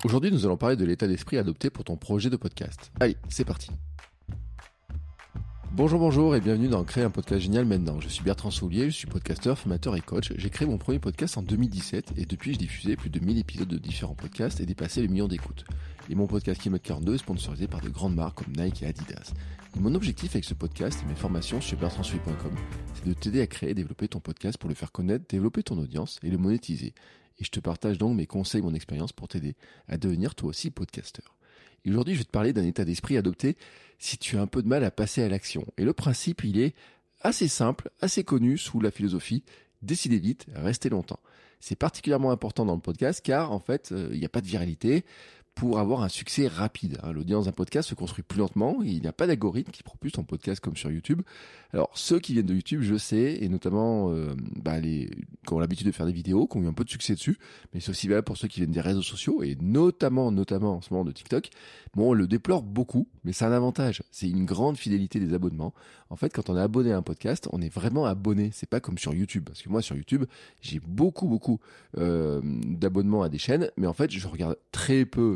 Aujourd'hui, nous allons parler de l'état d'esprit adopté pour ton projet de podcast. Allez, c'est parti. Bonjour et bienvenue dans Créer un podcast génial maintenant. Je suis Bertrand Soulier, je suis podcasteur, formateur et coach. J'ai créé mon premier podcast en 2017 et depuis, j'ai diffusé plus de 1000 épisodes de différents podcasts et dépassé le million d'écoutes. Et mon podcast Kilomètre 42 est sponsorisé par de grandes marques comme Nike et Adidas. Et mon objectif avec ce podcast et mes formations sur bertrandsoulier.com, c'est de t'aider à créer et développer ton podcast pour le faire connaître, développer ton audience et le monétiser. Et je te partage donc mes conseils, mon expérience pour t'aider à devenir toi aussi podcasteur. Et aujourd'hui, je vais te parler d'un état d'esprit adopté si tu as un peu de mal à passer à l'action. Et le principe, il est assez simple, assez connu sous la philosophie « décidez vite, restez longtemps ». C'est particulièrement important dans le podcast car en fait, il n'y a pas de viralité pour avoir un succès rapide. L'audience d'un podcast se construit plus lentement, il n'y a pas d'algorithme qui propulse ton podcast comme sur YouTube. Alors ceux qui viennent de YouTube, je sais, et notamment les qui ont l'habitude de faire des vidéos, qui ont eu un peu de succès dessus, mais c'est aussi valable pour ceux qui viennent des réseaux sociaux, et notamment en ce moment de TikTok. Bon, on le déplore beaucoup, mais c'est un avantage, c'est une grande fidélité des abonnements. En fait, quand on est abonné à un podcast, on est vraiment abonné, c'est pas comme sur YouTube, parce que moi sur YouTube, j'ai beaucoup d'abonnements à des chaînes, mais en fait, je regarde très peu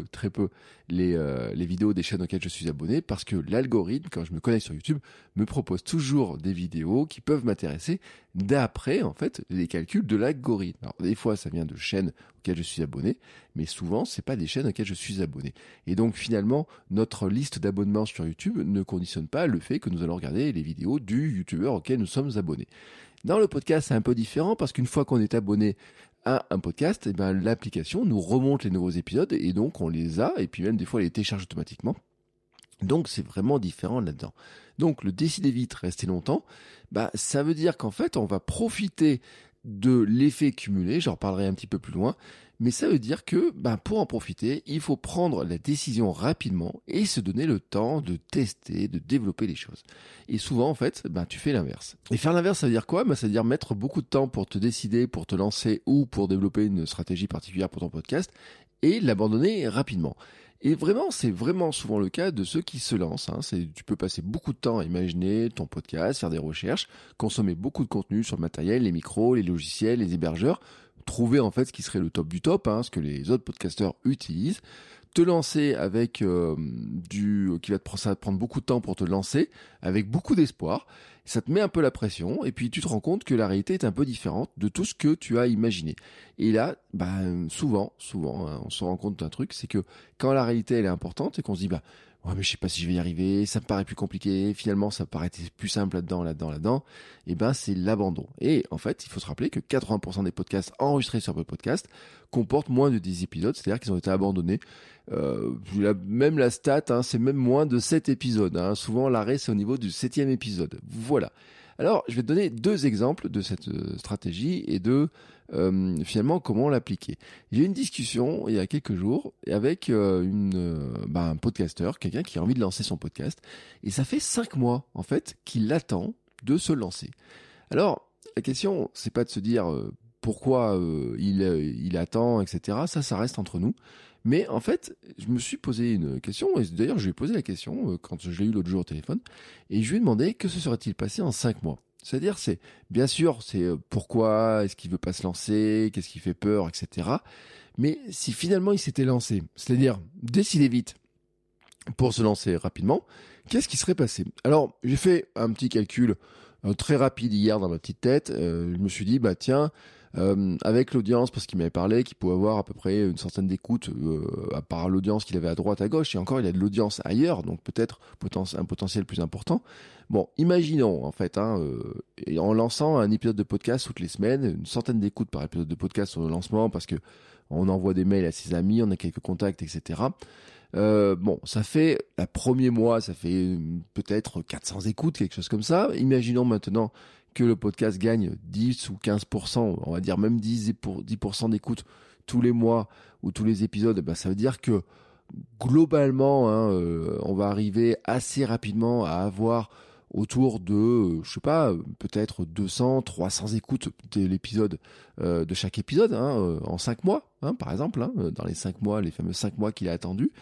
les vidéos des chaînes auxquelles je suis abonné parce que l'algorithme, quand je me connecte sur YouTube, me propose toujours des vidéos qui peuvent m'intéresser d'après, en fait, les calculs de l'algorithme. Alors, des fois, ça vient de chaînes auxquelles je suis abonné, mais souvent, c'est pas des chaînes auxquelles je suis abonné. Et donc, finalement, notre liste d'abonnements sur YouTube ne conditionne pas le fait que nous allons regarder les vidéos du YouTubeur auquel nous sommes abonnés. Dans le podcast, c'est un peu différent parce qu'une fois qu'on est abonné à un podcast, l'application nous remonte les nouveaux épisodes et donc on les a et puis même des fois elle les télécharge automatiquement. Donc c'est vraiment différent là-dedans. Donc le décider vite, rester longtemps, ça veut dire qu'en fait on va profiter de l'effet cumulé, j'en reparlerai un petit peu plus loin, mais ça veut dire que pour en profiter, il faut prendre la décision rapidement et se donner le temps de tester, de développer les choses. Et souvent en fait, tu fais l'inverse. Et faire l'inverse, ça veut dire quoi ? Ça veut dire mettre beaucoup de temps pour te décider, pour te lancer ou pour développer une stratégie particulière pour ton podcast et l'abandonner rapidement. Et vraiment, c'est vraiment souvent le cas de ceux qui se lancent. Tu peux passer beaucoup de temps à imaginer ton podcast, faire des recherches, consommer beaucoup de contenu sur le matériel, les micros, les logiciels, les hébergeurs, trouver en fait ce qui serait le top du top, ce que les autres podcasteurs utilisent, te lancer avec qui va ça va te prendre beaucoup de temps pour te lancer, avec beaucoup d'espoir. Ça te met un peu la pression et puis tu te rends compte que la réalité est un peu différente de tout ce que tu as imaginé. Et là, souvent, on se rend compte d'un truc, c'est que quand la réalité elle est importante et qu'on se dit ouais mais je sais pas si je vais y arriver, ça me paraît plus compliqué, finalement ça me paraît plus simple là-dedans, et c'est l'abandon. Et en fait, il faut se rappeler que 80% des podcasts enregistrés sur Apple Podcast comportent moins de 10 épisodes, c'est-à-dire qu'ils ont été abandonnés. Même la stat, c'est même moins de 7 épisodes. Souvent l'arrêt c'est au niveau du 7e épisode. Voilà. Alors, je vais te donner 2 exemples de cette stratégie et de finalement comment l'appliquer. J'ai eu une discussion il y a quelques jours avec un podcasteur, quelqu'un qui a envie de lancer son podcast, et ça fait 5 mois en fait qu'il attend de se lancer. Alors, la question, c'est pas de se dire pourquoi il attend, etc. Ça reste entre nous. Mais en fait, je me suis posé une question, et d'ailleurs je lui ai posé la question quand je l'ai eu l'autre jour au téléphone, et je lui ai demandé que se serait-il passé en 5 mois. C'est-à-dire, bien sûr, pourquoi, est-ce qu'il veut pas se lancer, qu'est-ce qui fait peur, etc. Mais si finalement il s'était lancé, c'est-à-dire décider vite pour se lancer rapidement, qu'est-ce qui serait passé ? Alors, j'ai fait un petit calcul très rapide hier dans ma petite tête. Je me suis dit, avec l'audience, parce qu'il m'avait parlé qu'il pouvait avoir à peu près une centaine d'écoutes à part l'audience qu'il avait à droite, à gauche, et encore il a de l'audience ailleurs, donc peut-être un potentiel plus important. Bon, imaginons en fait, et en lançant un épisode de podcast toutes les semaines, une centaine d'écoutes par épisode de podcast au lancement, parce que on envoie des mails à ses amis, on a quelques contacts, etc. Ça fait, le premier mois, ça fait peut-être 400 écoutes, quelque chose comme ça. Imaginons maintenant que le podcast gagne 10 ou 15%, on va dire même 10% d'écoute tous les mois ou tous les épisodes, ça veut dire que globalement, on va arriver assez rapidement à avoir autour de, peut-être 200, 300 écoutes de l'épisode, de chaque épisode, en 5 mois, par exemple, dans les 5 mois, les fameux 5 mois qu'il a attendu.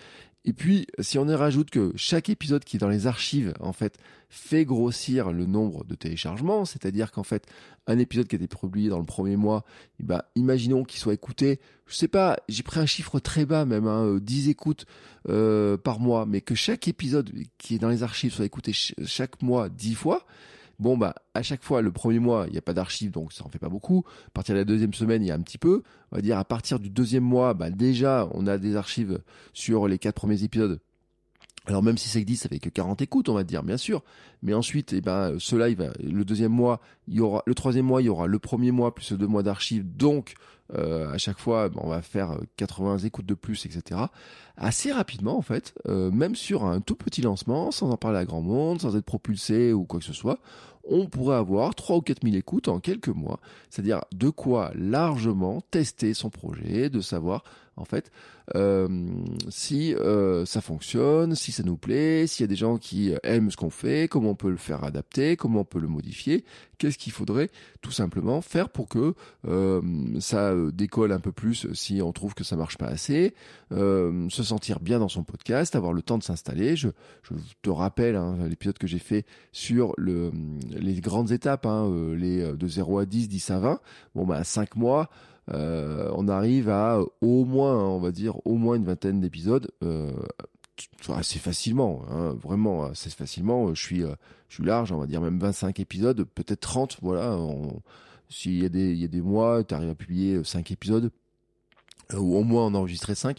Et puis, si on y rajoute que chaque épisode qui est dans les archives, en fait, fait grossir le nombre de téléchargements, c'est-à-dire qu'en fait, un épisode qui a été publié dans le premier mois, imaginons qu'il soit écouté, je sais pas, j'ai pris un chiffre très bas même, 10 écoutes par mois, mais que chaque épisode qui est dans les archives soit écouté chaque mois 10 fois, bon, à chaque fois, le premier mois, il n'y a pas d'archives, donc ça en fait pas beaucoup. À partir de la deuxième semaine, il y a un petit peu. On va dire, à partir du deuxième mois, déjà, on a des archives sur les 4 premiers épisodes. Alors même si c'est que 10, ça fait que 40 écoutes, on va dire, bien sûr. Mais ensuite, cela, le deuxième mois, il y aura, le troisième mois, il y aura le premier mois plus 2 mois d'archives. Donc, à chaque fois, on va faire 80 écoutes de plus, etc. Assez rapidement, en fait, même sur un tout petit lancement, sans en parler à grand monde, sans être propulsé ou quoi que ce soit, on pourrait avoir 3 ou 4 000 écoutes en quelques mois. C'est-à-dire de quoi largement tester son projet, de savoir, en fait, si ça fonctionne, si ça nous plaît, s'il y a des gens qui aiment ce qu'on fait, comment on peut le faire adapter, comment on peut le modifier, qu'est-ce qu'il faudrait tout simplement faire pour que ça décolle un peu plus si on trouve que ça marche pas assez, se sentir bien dans son podcast, avoir le temps de s'installer. Je te rappelle l'épisode que j'ai fait sur les grandes étapes, les de 0 à 10, 10 à 20. À 5 mois, on arrive à au moins, on va dire, au moins une vingtaine d'épisodes, assez facilement, vraiment assez facilement. Je suis large, on va dire même 25 épisodes, peut-être 30, voilà. S'il y a des mois, tu arrives à publier 5 épisodes, ou au moins en enregistrer 5,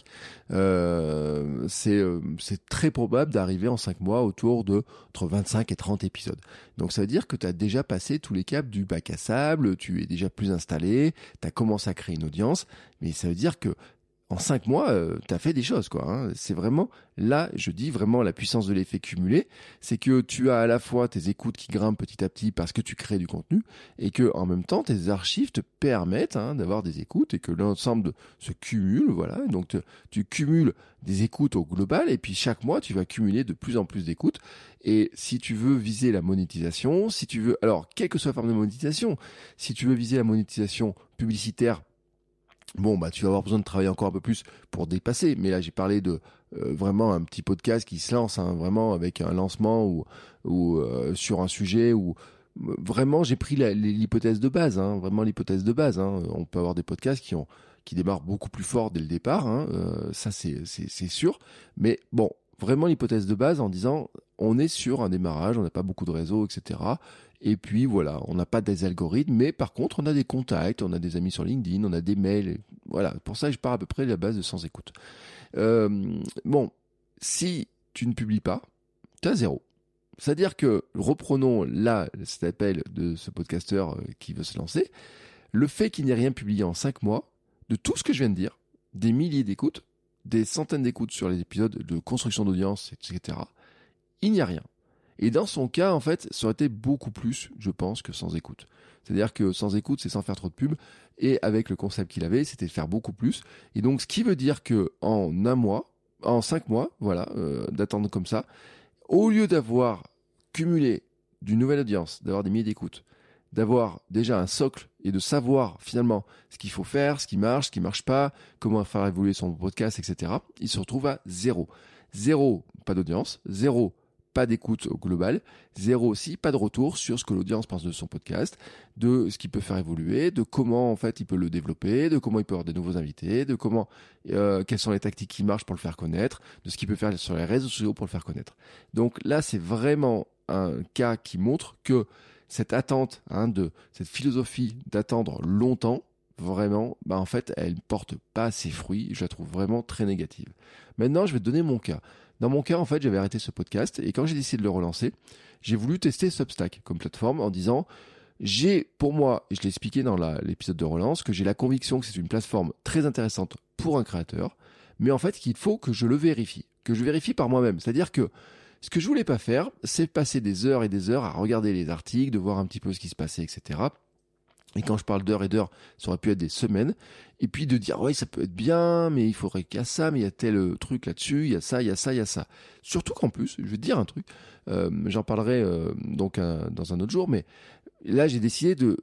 c'est très probable d'arriver en 5 mois autour de entre 25 et 30 épisodes. Donc ça veut dire que tu as déjà passé tous les caps du bac à sable, tu es déjà plus installé, tu as commencé à créer une audience, mais ça veut dire que en 5 mois, tu as fait des choses, quoi. C'est vraiment, là, je dis vraiment la puissance de l'effet cumulé, c'est que tu as à la fois tes écoutes qui grimpent petit à petit parce que tu crées du contenu, et que en même temps, tes archives te permettent d'avoir des écoutes, et que l'ensemble se cumule, voilà. Donc tu cumules des écoutes au global, et puis chaque mois, tu vas cumuler de plus en plus d'écoutes. Et si tu veux viser la monétisation, si tu veux, alors, quelle que soit la forme de monétisation, si tu veux viser la monétisation publicitaire, tu vas avoir besoin de travailler encore un peu plus pour dépasser. Mais là, j'ai parlé de vraiment un petit podcast qui se lance, vraiment avec un lancement ou sur un sujet où vraiment j'ai pris l'hypothèse de base, vraiment l'hypothèse de base. On peut avoir des podcasts qui démarrent beaucoup plus fort dès le départ, ça c'est sûr. Mais bon, vraiment l'hypothèse de base en disant on est sur un démarrage, on n'a pas beaucoup de réseaux, etc. Et puis voilà, on n'a pas des algorithmes, mais par contre on a des contacts, on a des amis sur LinkedIn, on a des mails, et voilà. Pour ça je pars à peu près de la base de 100 écoutes. Si tu ne publies pas, tu as 0. C'est-à-dire que, reprenons là cet appel de ce podcasteur qui veut se lancer, le fait qu'il n'ait rien publié en 5 mois, de tout ce que je viens de dire, des milliers d'écoutes, des centaines d'écoutes sur les épisodes de construction d'audience, etc., il n'y a rien. Et dans son cas, en fait, ça aurait été beaucoup plus, je pense, que sans écoute. C'est-à-dire que sans écoute, c'est sans faire trop de pub. Et avec le concept qu'il avait, c'était de faire beaucoup plus. Et donc, ce qui veut dire que en 5 mois, voilà, d'attendre comme ça, au lieu d'avoir cumulé d'une nouvelle audience, d'avoir des milliers d'écoutes, d'avoir déjà un socle et de savoir finalement ce qu'il faut faire, ce qui marche pas, comment faire évoluer son podcast, etc., il se retrouve à 0. 0, pas d'audience. 0, pas d'écoute au global. 0 aussi, pas de retour sur ce que l'audience pense de son podcast, de ce qu'il peut faire évoluer, de comment en fait il peut le développer, de comment il peut avoir des nouveaux invités, de comment quelles sont les tactiques qui marchent pour le faire connaître, de ce qu'il peut faire sur les réseaux sociaux pour le faire connaître. Donc là, c'est vraiment un cas qui montre que cette attente, de cette philosophie d'attendre longtemps, vraiment, en fait, elle porte pas ses fruits. Je la trouve vraiment très négative. Maintenant, je vais te donner mon cas. Dans mon cas, en fait, j'avais arrêté ce podcast et quand j'ai décidé de le relancer, j'ai voulu tester Substack comme plateforme en disant, pour moi, et je l'ai expliqué dans l'épisode de relance, que j'ai la conviction que c'est une plateforme très intéressante pour un créateur, mais en fait, qu'il faut que je le vérifie, que je vérifie par moi-même. C'est-à-dire que ce que je voulais pas faire, c'est passer des heures et des heures à regarder les articles, de voir un petit peu ce qui se passait, etc. Et quand je parle d'heures et d'heures, ça aurait pu être des semaines. Et puis de dire, ouais, ça peut être bien, mais il faudrait qu'il y a ça, mais il y a tel truc là-dessus, il y a ça, il y a ça, il y a ça. Surtout qu'en plus, je vais te dire un truc, j'en parlerai dans un autre jour, mais là, j'ai décidé de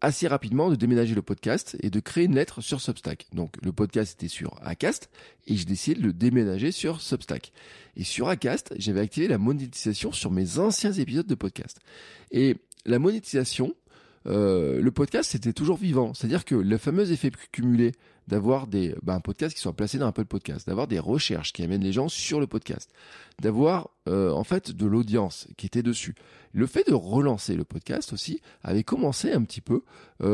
assez rapidement de déménager le podcast et de créer une lettre sur Substack. Donc le podcast était sur Acast et j'ai décidé de le déménager sur Substack. Et sur Acast, j'avais activé la monétisation sur mes anciens épisodes de podcast. Et la monétisation, le podcast c'était toujours vivant. C'est-à-dire que le fameux effet cumulé d'avoir un podcast qui soit placé dans Apple Podcast, d'avoir des recherches qui amènent les gens sur le podcast, d'avoir en fait de l'audience qui était dessus. Le fait de relancer le podcast aussi avait commencé un petit peu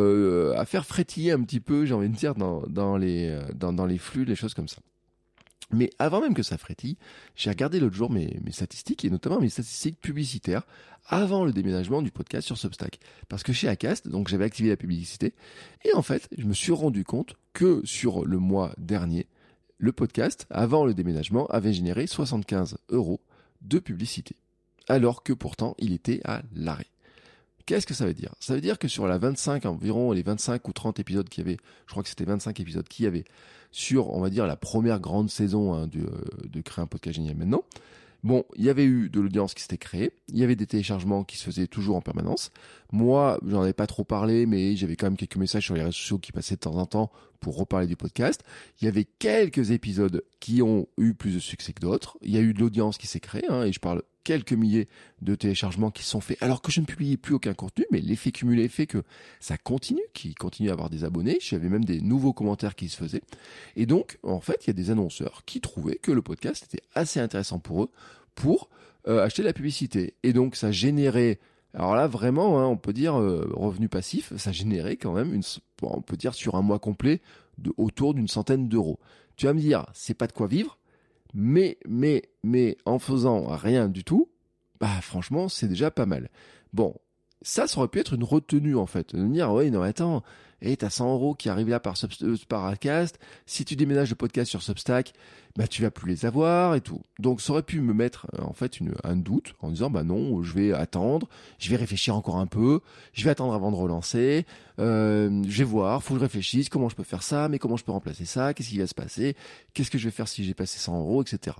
à faire frétiller un petit peu, j'ai envie de dire, dans les flux, les choses comme ça. Mais avant même que ça frétille, j'ai regardé l'autre jour mes statistiques, et notamment mes statistiques publicitaires, avant le déménagement du podcast sur Substack. Parce que chez Acast, donc j'avais activé la publicité, et en fait, je me suis rendu compte que sur le mois dernier, le podcast, avant le déménagement, avait généré 75 € de publicité. Alors que pourtant, il était à l'arrêt. Qu'est-ce que ça veut dire ? Ça veut dire que sur les 25 ou 30 épisodes qu'il y avait, je crois que c'était 25 épisodes qu'il y avait, sur, on va dire, la première grande saison de Créer un podcast génial maintenant, bon, il y avait eu de l'audience qui s'était créée, il y avait des téléchargements qui se faisaient toujours en permanence. Moi, j'en avais pas trop parlé, mais j'avais quand même quelques messages sur les réseaux sociaux qui passaient de temps en temps pour reparler du podcast. Il y avait quelques épisodes qui ont eu plus de succès que d'autres. Il y a eu de l'audience qui s'est créée, et je parle quelques milliers de téléchargements qui se sont faits alors que je ne publiais plus aucun contenu, mais l'effet cumulé fait que ça continue, qu'il continue à avoir des abonnés. J'avais même des nouveaux commentaires qui se faisaient. Et donc, en fait, il y a des annonceurs qui trouvaient que le podcast était assez intéressant pour eux pour acheter de la publicité. Et donc, ça générait, alors là, vraiment, on peut dire revenu passif, ça générait quand même, on peut dire sur un mois complet, autour d'une centaine d'euros. Tu vas me dire, c'est pas de quoi vivre, mais en faisant rien du tout, bah franchement, c'est déjà pas mal. Bon, ça aurait pu être une retenue en fait. De dire, ouais, non, attends, t'as 100 € qui arrivent là par Acast. Si tu déménages le podcast sur Substack, bah tu vas plus les avoir et tout. Donc ça aurait pu me mettre en fait un doute en disant, bah non, je vais attendre, je vais réfléchir encore un peu, je vais attendre avant de relancer, je vais voir, faut que je réfléchisse, comment je peux faire ça, mais comment je peux remplacer ça, qu'est-ce qui va se passer, qu'est-ce que je vais faire si j'ai passé 100 €, etc.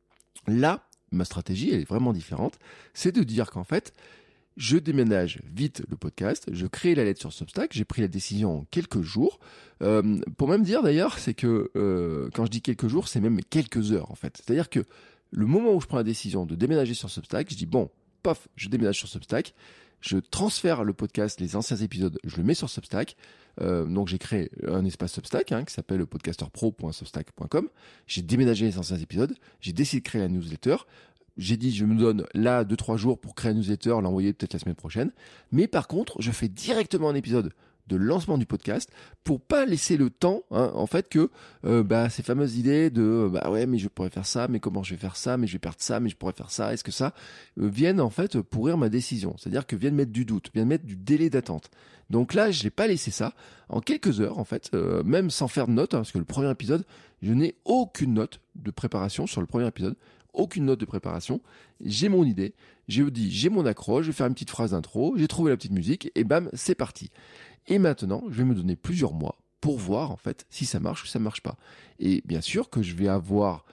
Là, ma stratégie, elle est vraiment différente, c'est de dire qu'en fait, je déménage vite le podcast, je crée la lettre sur Substack, j'ai pris la décision en quelques jours. Pour même dire d'ailleurs, c'est que quand je dis quelques jours, c'est même quelques heures en fait. C'est-à-dire que le moment où je prends la décision de déménager sur Substack, je dis bon, paf, je déménage sur Substack, je transfère le podcast, les anciens épisodes, je le mets sur Substack. Donc j'ai créé un espace Substack qui s'appelle podcasterpro.substack.com. J'ai déménagé les anciens épisodes, j'ai décidé de créer la newsletter. J'ai dit, je me donne là 2-3 jours pour créer un newsletter, l'envoyer peut-être la semaine prochaine. Mais par contre, je fais directement un épisode de lancement du podcast pour pas laisser le temps, en fait, que ces fameuses idées de ouais, mais je pourrais faire ça, mais comment je vais faire ça, mais je vais perdre ça, mais je pourrais faire ça, est-ce que ça viennent en fait pourrir ma décision. C'est-à-dire que viennent mettre du doute, viennent mettre du délai d'attente. Donc là, je n'ai pas laissé ça. En quelques heures, en fait, même sans faire de notes, parce que le premier épisode, je n'ai aucune note de préparation sur le premier épisode. Aucune note de préparation, j'ai mon idée, j'ai mon accroche, je vais faire une petite phrase d'intro, j'ai trouvé la petite musique et bam, c'est parti. Et maintenant, je vais me donner plusieurs mois pour voir en fait si ça marche ou ça marche pas. Et bien sûr que je vais avoir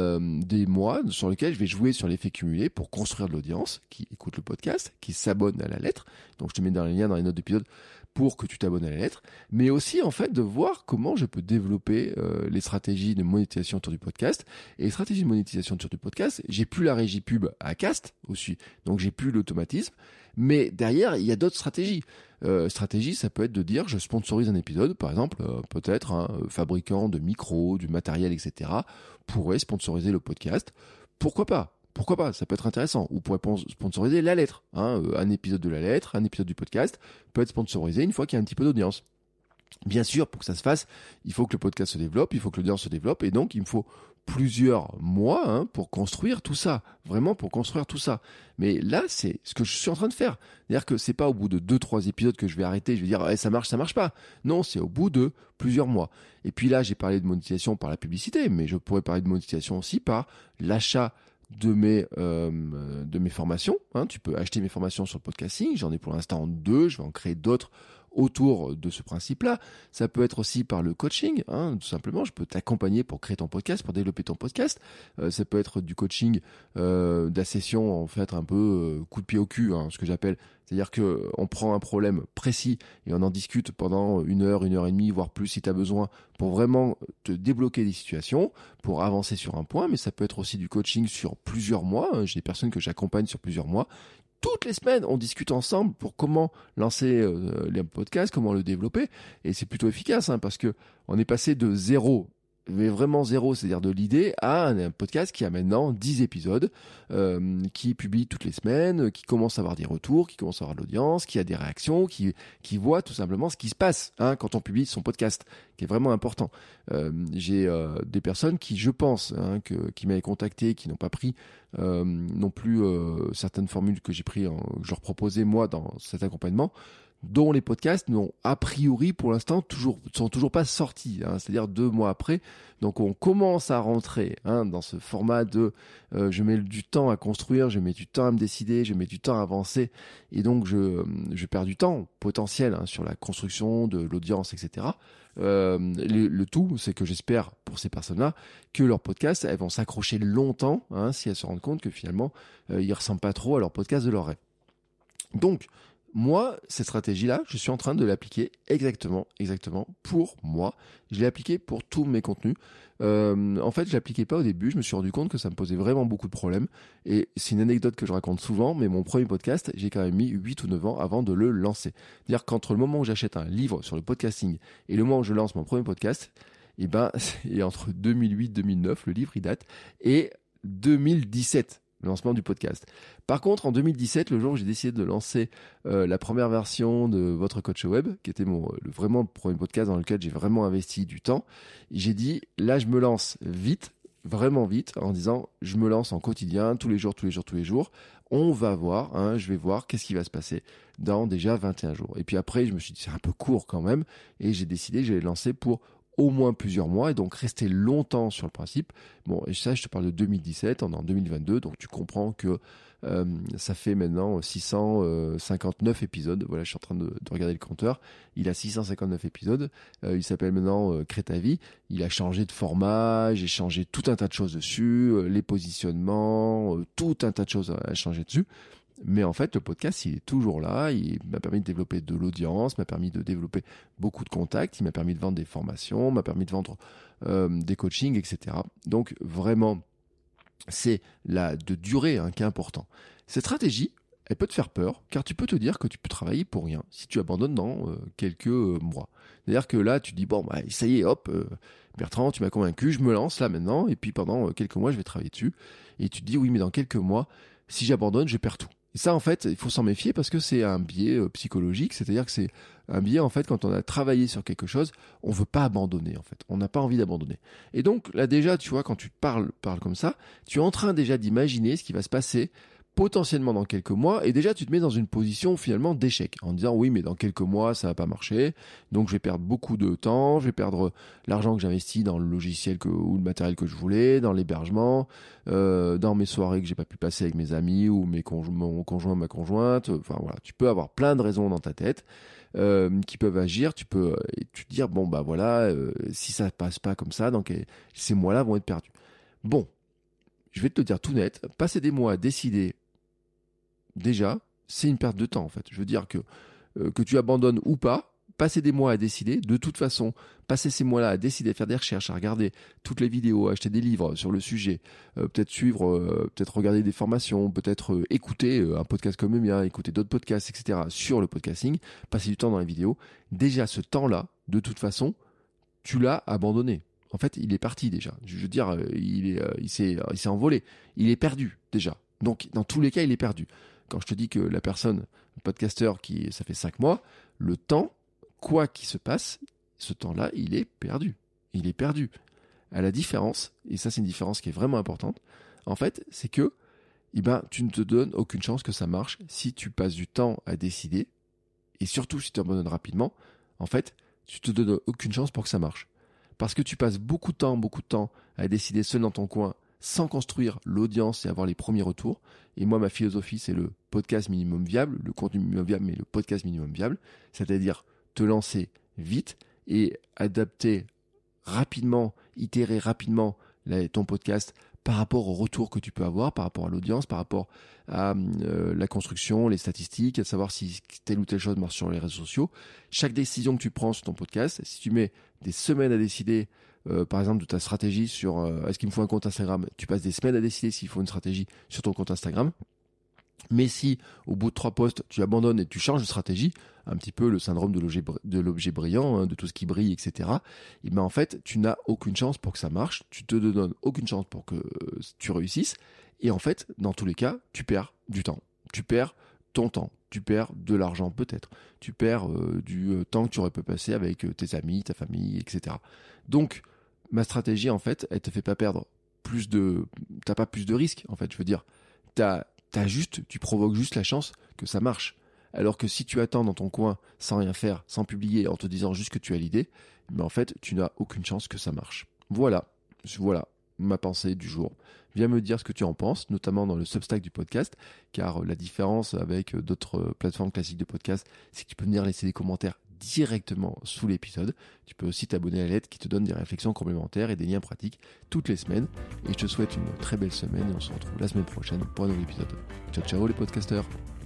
des mois sur lesquels je vais jouer sur l'effet cumulé pour construire de l'audience qui écoute le podcast, qui s'abonne à la lettre. Donc je te mets dans les liens dans les notes d'épisode pour que tu t'abonnes à la lettre, mais aussi en fait de voir comment je peux développer les stratégies de monétisation autour du podcast. Et les stratégies de monétisation autour du podcast, j'ai plus la régie pub à Acast aussi, donc j'ai plus l'automatisme, mais derrière il y a d'autres stratégies. Stratégie, ça peut être de dire je sponsorise un épisode, par exemple, peut-être un fabricant de micros, du matériel, etc. pourrait sponsoriser le podcast. Pourquoi pas ? Pourquoi pas, ça peut être intéressant. Ou pourrait sponsoriser la lettre. Un épisode de la lettre, un épisode du podcast peut être sponsorisé une fois qu'il y a un petit peu d'audience. Bien sûr, pour que ça se fasse, il faut que le podcast se développe, il faut que l'audience se développe, et donc il me faut plusieurs mois pour construire tout ça, vraiment pour construire tout ça. Mais là, c'est ce que je suis en train de faire. C'est-à-dire que c'est pas au bout de 2-3 épisodes que je vais arrêter, je vais dire ça marche pas. Non, c'est au bout de plusieurs mois. Et puis là, j'ai parlé de monétisation par la publicité, mais je pourrais parler de monétisation aussi par l'achat de mes formations. Tu peux acheter mes formations sur le podcasting. J'en ai pour l'instant 2. Je vais en créer d'autres autour de ce principe-là. Ça peut être aussi par le coaching, tout simplement. Je peux t'accompagner pour créer ton podcast, pour développer ton podcast. Ça peut être du coaching, de la session, en fait, un peu coup de pied au cul, ce que j'appelle. C'est-à-dire qu'on prend un problème précis et on en discute pendant 1 heure, 1 heure et demie, voire plus si tu as besoin, pour vraiment te débloquer des situations, pour avancer sur un point. Mais ça peut être aussi du coaching sur plusieurs mois. J'ai des personnes que j'accompagne sur plusieurs mois. Toutes les semaines, on discute ensemble pour comment lancer les podcasts, comment le développer. Et c'est plutôt efficace parce que on est passé de 0, mais vraiment 0, c'est-à-dire de l'idée, à un podcast qui a maintenant 10 épisodes, qui publie toutes les semaines, qui commence à avoir des retours, qui commence à avoir de l'audience, qui a des réactions, qui voit tout simplement ce qui se passe quand on publie son podcast, qui est vraiment important. J'ai des personnes qui, je pense, qui m'avaient contacté, qui n'ont pas pris non plus certaines formules que j'ai pris, que je leur proposais moi dans cet accompagnement, dont les podcasts n'ont a priori pour l'instant sont toujours pas sortis, c'est-à-dire 2 mois après. Donc on commence à rentrer dans ce format de je mets du temps à construire, je mets du temps à me décider, je mets du temps à avancer, et donc je perds du temps potentiel sur la construction de l'audience, etc. Le tout, c'est que j'espère pour ces personnes-là que leurs podcasts, elles vont s'accrocher longtemps si elles se rendent compte que finalement ils ressemblent pas trop à leur podcast de leur rêve. Donc moi, cette stratégie-là, je suis en train de l'appliquer exactement pour moi. Je l'ai appliquée pour tous mes contenus. En fait, je l'appliquais pas au début. Je me suis rendu compte que ça me posait vraiment beaucoup de problèmes. Et c'est une anecdote que je raconte souvent, mais mon premier podcast, j'ai quand même mis 8 ou 9 ans avant de le lancer. C'est-à-dire qu'entre le moment où j'achète un livre sur le podcasting et le moment où je lance mon premier podcast, et entre 2008-2009, le livre il date, et 2017. Le lancement du podcast. Par contre, en 2017, le jour où j'ai décidé de lancer la première version de Votre Coach Web, qui était vraiment le premier podcast dans lequel j'ai vraiment investi du temps, j'ai dit, là, je me lance vite, vraiment vite, en disant, je me lance en quotidien, tous les jours. On va voir, je vais voir qu'est-ce qui va se passer dans déjà 21 jours. Et puis après, je me suis dit, c'est un peu court quand même, et j'ai décidé que j'allais lancer pour au moins plusieurs mois, et donc rester longtemps sur le principe. Bon, et ça, je te parle de 2017, on est en 2022, donc tu comprends que ça fait maintenant 659 épisodes. Voilà, je suis en train de regarder le compteur. Il a 659 épisodes. Il s'appelle maintenant Crée ta vie. Il a changé de format, j'ai changé tout un tas de choses dessus, les positionnements, tout un tas de choses à changer dessus. Mais en fait, le podcast, il est toujours là. Il m'a permis de développer de l'audience, m'a permis de développer beaucoup de contacts, il m'a permis de vendre des formations, m'a permis de vendre des coachings, etc. Donc vraiment, c'est la de durée qui est important. Cette stratégie, elle peut te faire peur, car tu peux te dire que tu peux travailler pour rien si tu abandonnes dans quelques mois. C'est-à-dire que là, tu te dis, bon, ça y est, hop, Bertrand, tu m'as convaincu, je me lance là maintenant, et puis pendant quelques mois, je vais travailler dessus. Et tu te dis, oui, mais dans quelques mois, si j'abandonne, je perds tout. Et ça, en fait, il faut s'en méfier parce que c'est un biais psychologique, c'est-à-dire que c'est un biais, en fait, quand on a travaillé sur quelque chose, on veut pas abandonner, en fait. On n'a pas envie d'abandonner. Et donc, là, déjà, tu vois, quand tu parles comme ça, tu es en train déjà d'imaginer ce qui va se passer potentiellement dans quelques mois, et déjà tu te mets dans une position finalement d'échec, en disant oui mais dans quelques mois ça va pas marcher, donc je vais perdre beaucoup de temps, je vais perdre l'argent que j'investis dans le logiciel ou le matériel que je voulais, dans l'hébergement, dans mes soirées que j'ai pas pu passer avec mes amis ou mon conjoint, ma conjointe, enfin voilà, tu peux avoir plein de raisons dans ta tête qui peuvent agir, tu peux te dire bon bah voilà, si ça passe pas comme ça, donc ces mois-là vont être perdus. Bon, je vais te le dire tout net, passer des mois à décider. Déjà, c'est une perte de temps en fait. Je veux dire que tu abandonnes ou pas, passer des mois à décider, de toute façon, passer ces mois-là à décider, à faire des recherches, à regarder toutes les vidéos, à acheter des livres sur le sujet, peut-être suivre, peut-être regarder des formations, peut-être écouter un podcast comme le mien, écouter d'autres podcasts, etc. sur le podcasting, passer du temps dans les vidéos. Déjà, ce temps-là, de toute façon, tu l'as abandonné. En fait, il est parti déjà. Je veux dire, il s'est envolé. Il est perdu déjà. Donc, dans tous les cas, il est perdu. Quand je te dis que la personne, le podcasteur, ça fait 5 mois, le temps, quoi qu'il se passe, ce temps-là, il est perdu. Il est perdu. À la différence, et ça c'est une différence qui est vraiment importante, en fait, c'est que tu ne te donnes aucune chance que ça marche si tu passes du temps à décider, et surtout si tu abandonnes rapidement, en fait, tu te donnes aucune chance pour que ça marche. Parce que tu passes beaucoup de temps à décider seul dans ton coin, sans construire l'audience et avoir les premiers retours. Et moi, ma philosophie, c'est le podcast minimum viable, le contenu minimum viable, mais le podcast minimum viable. C'est-à-dire te lancer vite et adapter rapidement, itérer rapidement ton podcast par rapport au retour que tu peux avoir, par rapport à l'audience, par rapport à la construction, les statistiques, à savoir si telle ou telle chose marche sur les réseaux sociaux. Chaque décision que tu prends sur ton podcast, si tu mets des semaines à décider, par exemple, de ta stratégie sur est-ce qu'il me faut un compte Instagram, tu passes des semaines à décider s'il faut une stratégie sur ton compte Instagram. Mais si, au bout de 3 posts, tu abandonnes et tu changes de stratégie, un petit peu le syndrome de l'objet brillant, de tout ce qui brille, etc., et ben en fait, tu n'as aucune chance pour que ça marche, tu te donnes aucune chance pour que tu réussisses, et en fait, dans tous les cas, tu perds du temps. Tu perds ton temps, tu perds de l'argent peut-être, tu perds du temps que tu aurais pu passer avec tes amis, ta famille, etc. Donc, ma stratégie, en fait, elle te fait pas perdre t'as pas plus de risques, en fait, je veux dire, tu provoques juste la chance que ça marche. Alors que si tu attends dans ton coin sans rien faire, sans publier, en te disant juste que tu as l'idée, mais en fait, tu n'as aucune chance que ça marche. Voilà ma pensée du jour. Viens me dire ce que tu en penses, notamment dans le Substack du podcast, car la différence avec d'autres plateformes classiques de podcast, c'est que tu peux venir laisser des commentaires directement sous l'épisode. Tu peux aussi t'abonner à la lettre qui te donne des réflexions complémentaires et des liens pratiques toutes les semaines. Et je te souhaite une très belle semaine et on se retrouve la semaine prochaine pour un nouvel épisode. Ciao ciao les podcasteurs.